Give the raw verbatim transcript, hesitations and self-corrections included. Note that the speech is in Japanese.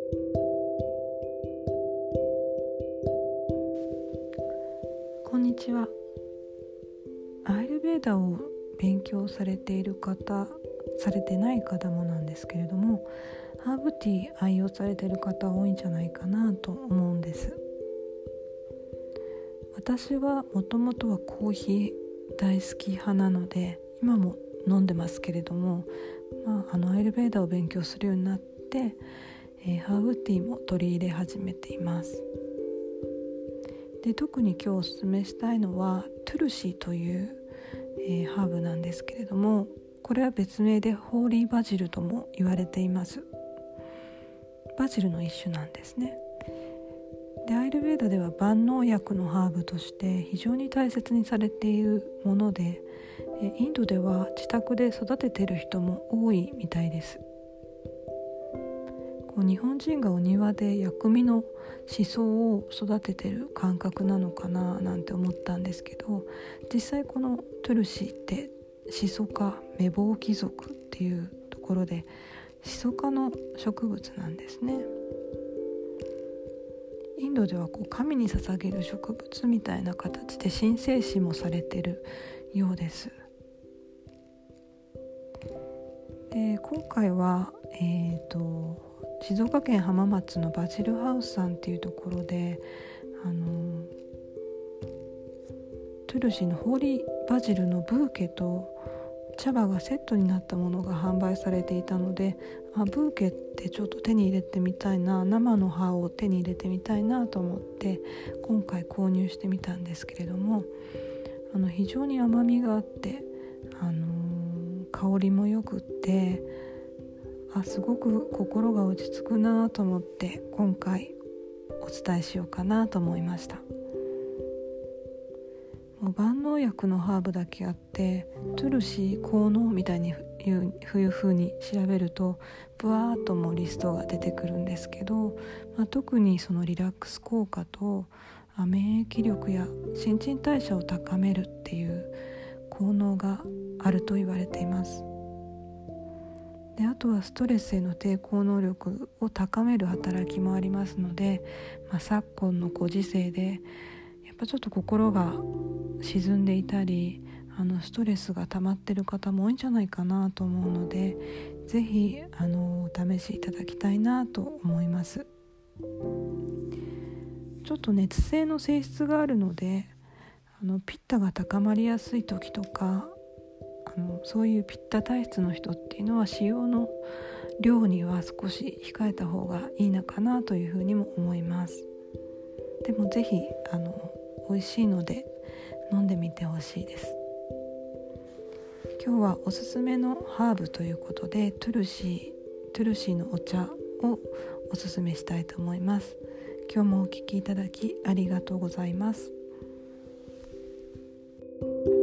こんにちは。アイルベーダを勉強されている方、されてない方もなんですけれども、ハーブティー愛用されている方多いんじゃないかなと思うんです。私はもともとはコーヒー大好き派なので、今も飲んでますけれども、まあ、あのアイルベーダを勉強するようになって、えー、ハーブティーも取り入れ始めています。で特に今日おすすめしたいのはトゥルシーという、えー、ハーブなんですけれども、これは別名でホーリーバジルとも言われています。バジルの一種なんですね。でアイルベーダでは万能薬のハーブとして非常に大切にされているもので、インドでは自宅で育てている人も多いみたいです。こう日本人がお庭で薬味のシソを育てている感覚なのかななんて思ったんですけど、実際このトゥルシーってシソ科メボウキ属っていうところでシソ科の植物なんですね。インドではこう神に捧げる植物みたいな形で神聖視もされているようです。で今回は、えーと、静岡県浜松のバジルハウスさんっていうところであのトゥルシーのホーリーバジルのブーケと茶葉がセットになったものが販売されていたので、あブーケってちょっと手に入れてみたいな、生の葉を手に入れてみたいなと思って今回購入してみたんですけれども、あの非常に甘みがあって、あのー、香りもよくって、あすごく心が落ち着くなと思って今回お伝えしようかなと思いました。もう万能薬のハーブだけあってトゥルシー効能みたいにいう風に調べるとブワーッともリストが出てくるんですけど、まあ、特にそのリラックス効果と免疫力や新陳代謝を高めるっていう効能があると言われています。であとはストレスへの抵抗能力を高める働きもありますので、まあ、昨今のご時世でやっぱちょっと心が沈んでいたりあのストレスが溜まってる方も多いんじゃないかなと思うので、ぜひあのお試しいただきたいなと思います。ちょっと熱性の性質があるのであのピッタが高まりやすい時とかあのそういうピッタ体質の人っていうのは使用の量には少し控えた方がいいのかなというふうにも思います。でもぜひあの美味しいので飲んでみてほしいです。今日はおすすめのハーブということでトゥルシー、トゥルシーのお茶をおすすめしたいと思います。今日もお聞きいただきありがとうございます。